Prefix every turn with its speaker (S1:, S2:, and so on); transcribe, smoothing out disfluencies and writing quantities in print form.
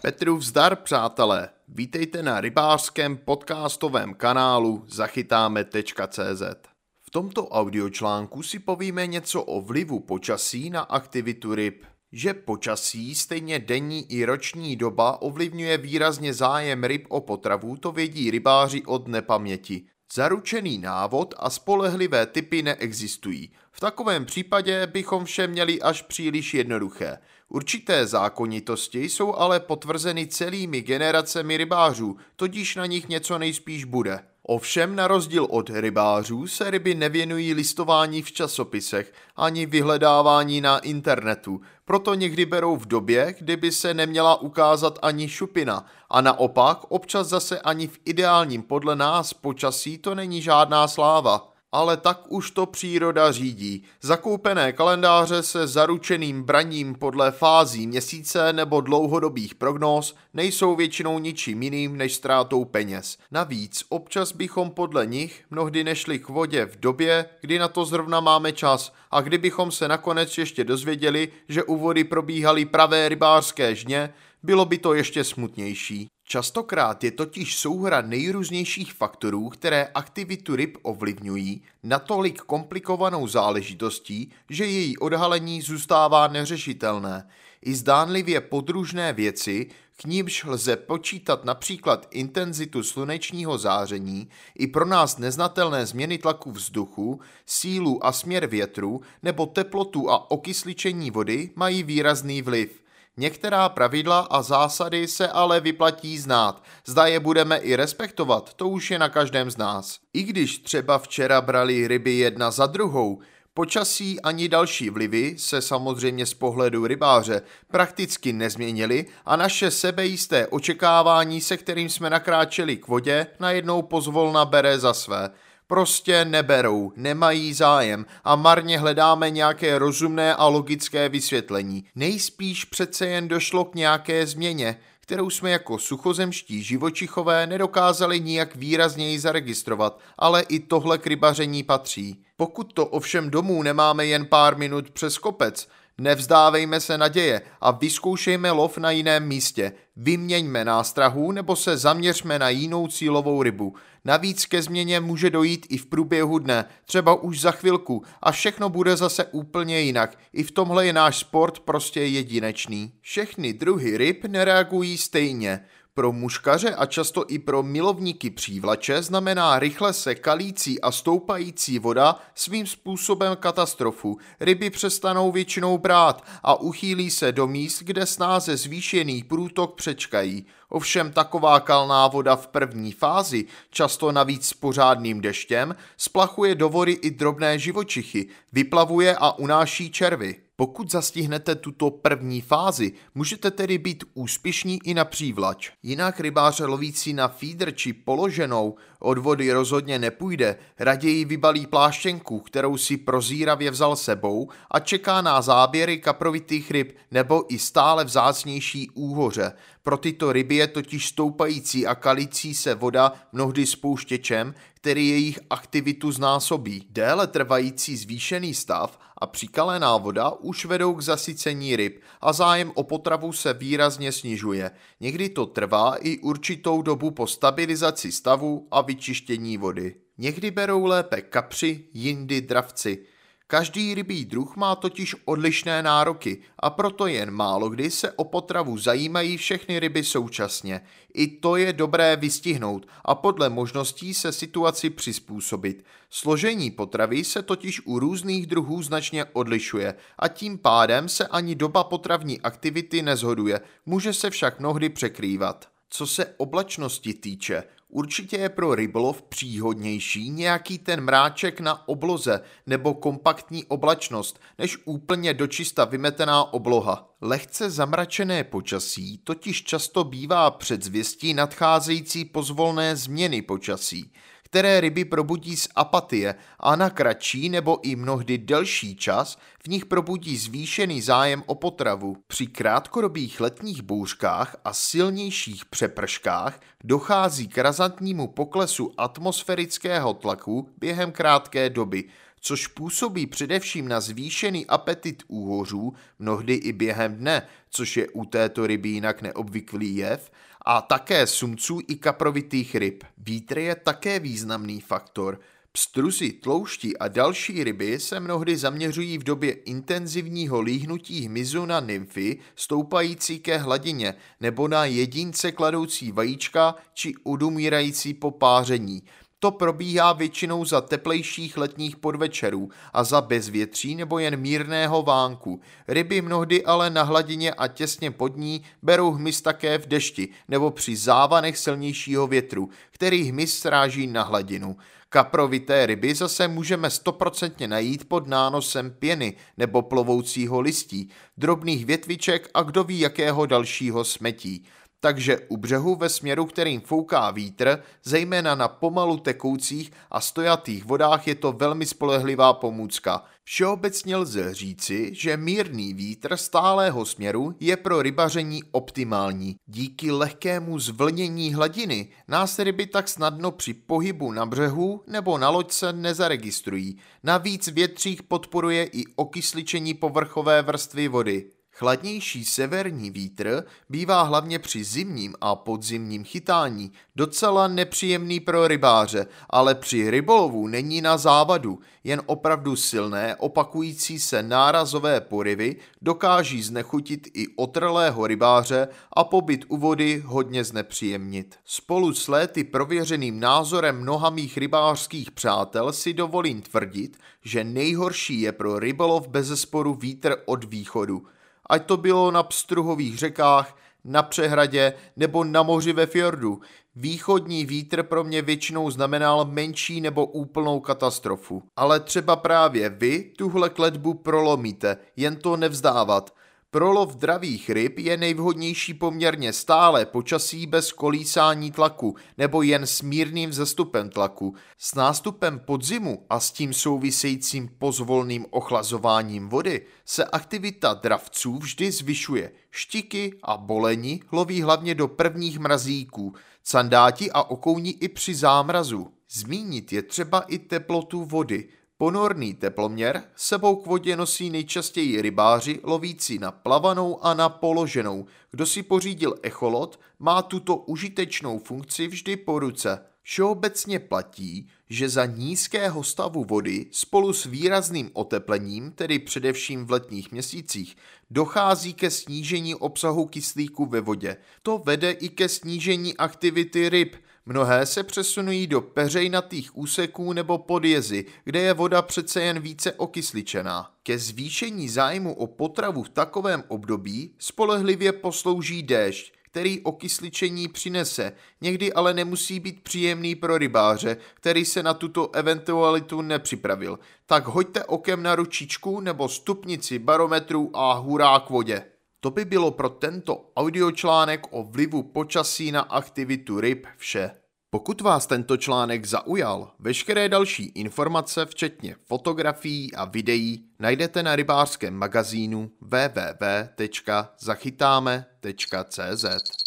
S1: Petrův zdar, přátelé, vítejte na rybářském podcastovém kanálu zachytáme.cz. V tomto audiočlánku si povíme něco o vlivu počasí na aktivitu ryb. Že počasí, stejně denní i roční doba, ovlivňuje výrazně zájem ryb o potravu, to vědí rybáři od nepaměti. Zaručený návod a spolehlivé tipy neexistují. V takovém případě bychom vše měli až příliš jednoduché. Určité zákonitosti jsou ale potvrzeny celými generacemi rybářů, tudíž na nich něco nejspíš bude. Ovšem na rozdíl od rybářů se ryby nevěnují listování v časopisech ani vyhledávání na internetu, proto někdy berou v době, kdyby se neměla ukázat ani šupina a naopak občas zase ani v ideálním podle nás počasí to není žádná sláva. Ale tak už to příroda řídí. Zakoupené kalendáře se zaručeným braním podle fází měsíce nebo dlouhodobých prognóz nejsou většinou ničím jiným než ztrátou peněz. Navíc občas bychom podle nich mnohdy nešli k vodě v době, kdy na to zrovna máme čas a kdybychom se nakonec ještě dozvěděli, že u vody probíhaly pravé rybářské žně, bylo by to ještě smutnější. Častokrát je totiž souhra nejrůznějších faktorů, které aktivitu ryb ovlivňují, natolik komplikovanou záležitostí, že její odhalení zůstává neřešitelné. I zdánlivě podružné věci, k nímž lze počítat například intenzitu slunečního záření, i pro nás neznatelné změny tlaku vzduchu, sílu a směr větru nebo teplotu a okysličení vody mají výrazný vliv. Některá pravidla a zásady se ale vyplatí znát, zda je budeme i respektovat, to už je na každém z nás. I když třeba včera brali ryby jedna za druhou, počasí ani další vlivy se samozřejmě z pohledu rybáře prakticky nezměnily a naše sebejisté očekávání, se kterým jsme nakráčeli k vodě, najednou pozvolna bere za své. Prostě neberou, nemají zájem a marně hledáme nějaké rozumné a logické vysvětlení. Nejspíš přece jen došlo k nějaké změně, kterou jsme jako suchozemští živočichové nedokázali nijak výrazněji zaregistrovat, ale i tohle k rybaření patří. Pokud to ovšem domů nemáme jen pár minut přes kopec, nevzdávejme se naděje a vyzkoušejme lov na jiném místě. Vyměňme nástrahu nebo se zaměřme na jinou cílovou rybu. Navíc ke změně může dojít i v průběhu dne, třeba už za chvilku a všechno bude zase úplně jinak. I v tomhle je náš sport prostě jedinečný. Všechny druhy ryb nereagují stejně. Pro muškaře a často i pro milovníky přívlače znamená rychle se kalící a stoupající voda svým způsobem katastrofu. Ryby přestanou většinou brát a uchýlí se do míst, kde snáze zvýšený průtok přečkají. Ovšem taková kalná voda v první fázi, často navíc s pořádným deštěm, splachuje do vody i drobné živočichy, vyplavuje a unáší červy. Pokud zastihnete tuto první fázi, můžete tedy být úspěšní i na přívlač. Jinak rybáře lovící na feeder či položenou od vody rozhodně nepůjde, raději vybalí pláštěnku, kterou si prozíravě vzal sebou a čeká na záběry kaprovitých ryb nebo i stále vzácnější úhoře. Pro tyto ryby je totiž stoupající a kalící se voda mnohdy spouštěčem, který jejich aktivitu znásobí. Déle trvající zvýšený stav a přikalená voda už vedou k zasycení ryb a zájem o potravu se výrazně snižuje. Někdy to trvá i určitou dobu po stabilizaci stavu a vyčištění vody. Někdy berou lépe kapři, jindy dravci. Každý rybí druh má totiž odlišné nároky a proto jen málokdy se o potravu zajímají všechny ryby současně. I to je dobré vystihnout a podle možností se situaci přizpůsobit. Složení potravy se totiž u různých druhů značně odlišuje a tím pádem se ani doba potravní aktivity neshoduje, může se však mnohdy překrývat. Co se oblačnosti týče, určitě je pro rybolov příhodnější nějaký ten mráček na obloze nebo kompaktní oblačnost, než úplně dočista vymetená obloha. Lehce zamračené počasí totiž často bývá předzvěstí nadcházející pozvolné změny počasí, které ryby probudí z apatie a na kratší nebo i mnohdy delší čas v nich probudí zvýšený zájem o potravu. Při krátkodobých letních bouřkách a silnějších přeprškách dochází k razantnímu poklesu atmosférického tlaku během krátké doby, což působí především na zvýšený apetit úhořů, mnohdy i během dne, což je u této ryby jinak neobvyklý jev, a také sumců i kaprovitých ryb. Vítr je také významný faktor. Pstruzy, tloušti a další ryby se mnohdy zaměřují v době intenzivního líhnutí hmyzu na nymfy stoupající ke hladině nebo na jedince kladoucí vajíčka či odumírající po páření. To probíhá většinou za teplejších letních podvečerů a za bezvětří nebo jen mírného vánku. Ryby mnohdy ale na hladině a těsně pod ní berou hmyz také v dešti nebo při závanech silnějšího větru, který hmyz sráží na hladinu. Kaprovité ryby zase můžeme 100% najít pod nánosem pěny nebo plovoucího listí, drobných větviček a kdo ví jakého dalšího smetí. Takže u břehu ve směru, kterým fouká vítr, zejména na pomalu tekoucích a stojatých vodách, je to velmi spolehlivá pomůcka. Všeobecně lze říci, že mírný vítr stálého směru je pro rybaření optimální. Díky lehkému zvlnění hladiny nás ryby tak snadno při pohybu na břehu nebo na loďce nezaregistrují. Navíc větřík podporuje i okysličení povrchové vrstvy vody. Chladnější severní vítr bývá hlavně při zimním a podzimním chytání docela nepříjemný pro rybáře, ale při rybolovu není na závadu, jen opravdu silné, opakující se nárazové poryvy dokáží znechutit i otrlého rybáře a pobyt u vody hodně znepříjemnit. Spolu s léty prověřeným názorem mnoha mých rybářských přátel si dovolím tvrdit, že nejhorší je pro rybolov bezesporu vítr od východu. Ať to bylo na pstruhových řekách, na přehradě nebo na moři ve fjordu. Východní vítr pro mě většinou znamenal menší nebo úplnou katastrofu. Ale třeba právě vy tuhle kletbu prolomíte, jen to nevzdávat. Pro lov dravých ryb je nejvhodnější poměrně stále počasí bez kolísání tlaku nebo jen s mírným vzestupem tlaku. S nástupem podzimu a s tím souvisejícím pozvolným ochlazováním vody se aktivita dravců vždy zvyšuje. Štiky a boleni loví hlavně do prvních mrazíků, candáti a okouni i při zámrazu. Zmínit je třeba i teplotu vody. Ponorný teploměr sebou k vodě nosí nejčastěji rybáři lovící na plavanou a na položenou. Kdo si pořídil echolot, má tuto užitečnou funkci vždy po ruce. Všeobecně platí, že za nízkého stavu vody spolu s výrazným oteplením, tedy především v letních měsících, dochází ke snížení obsahu kyslíku ve vodě. To vede i ke snížení aktivity ryb. Mnohé se přesunují do peřejnatých úseků nebo podjezy, kde je voda přece jen více okysličená. Ke zvýšení zájmu o potravu v takovém období spolehlivě poslouží déšť, který okysličení přinese, někdy ale nemusí být příjemný pro rybáře, který se na tuto eventualitu nepřipravil. Tak hoďte okem na ručičku nebo stupnici barometru a hurá k vodě. To by bylo pro tento audiočlánek o vlivu počasí na aktivitu ryb vše. Pokud vás tento článek zaujal, veškeré další informace, včetně fotografií a videí, najdete na rybářském magazínu www.zachytame.cz.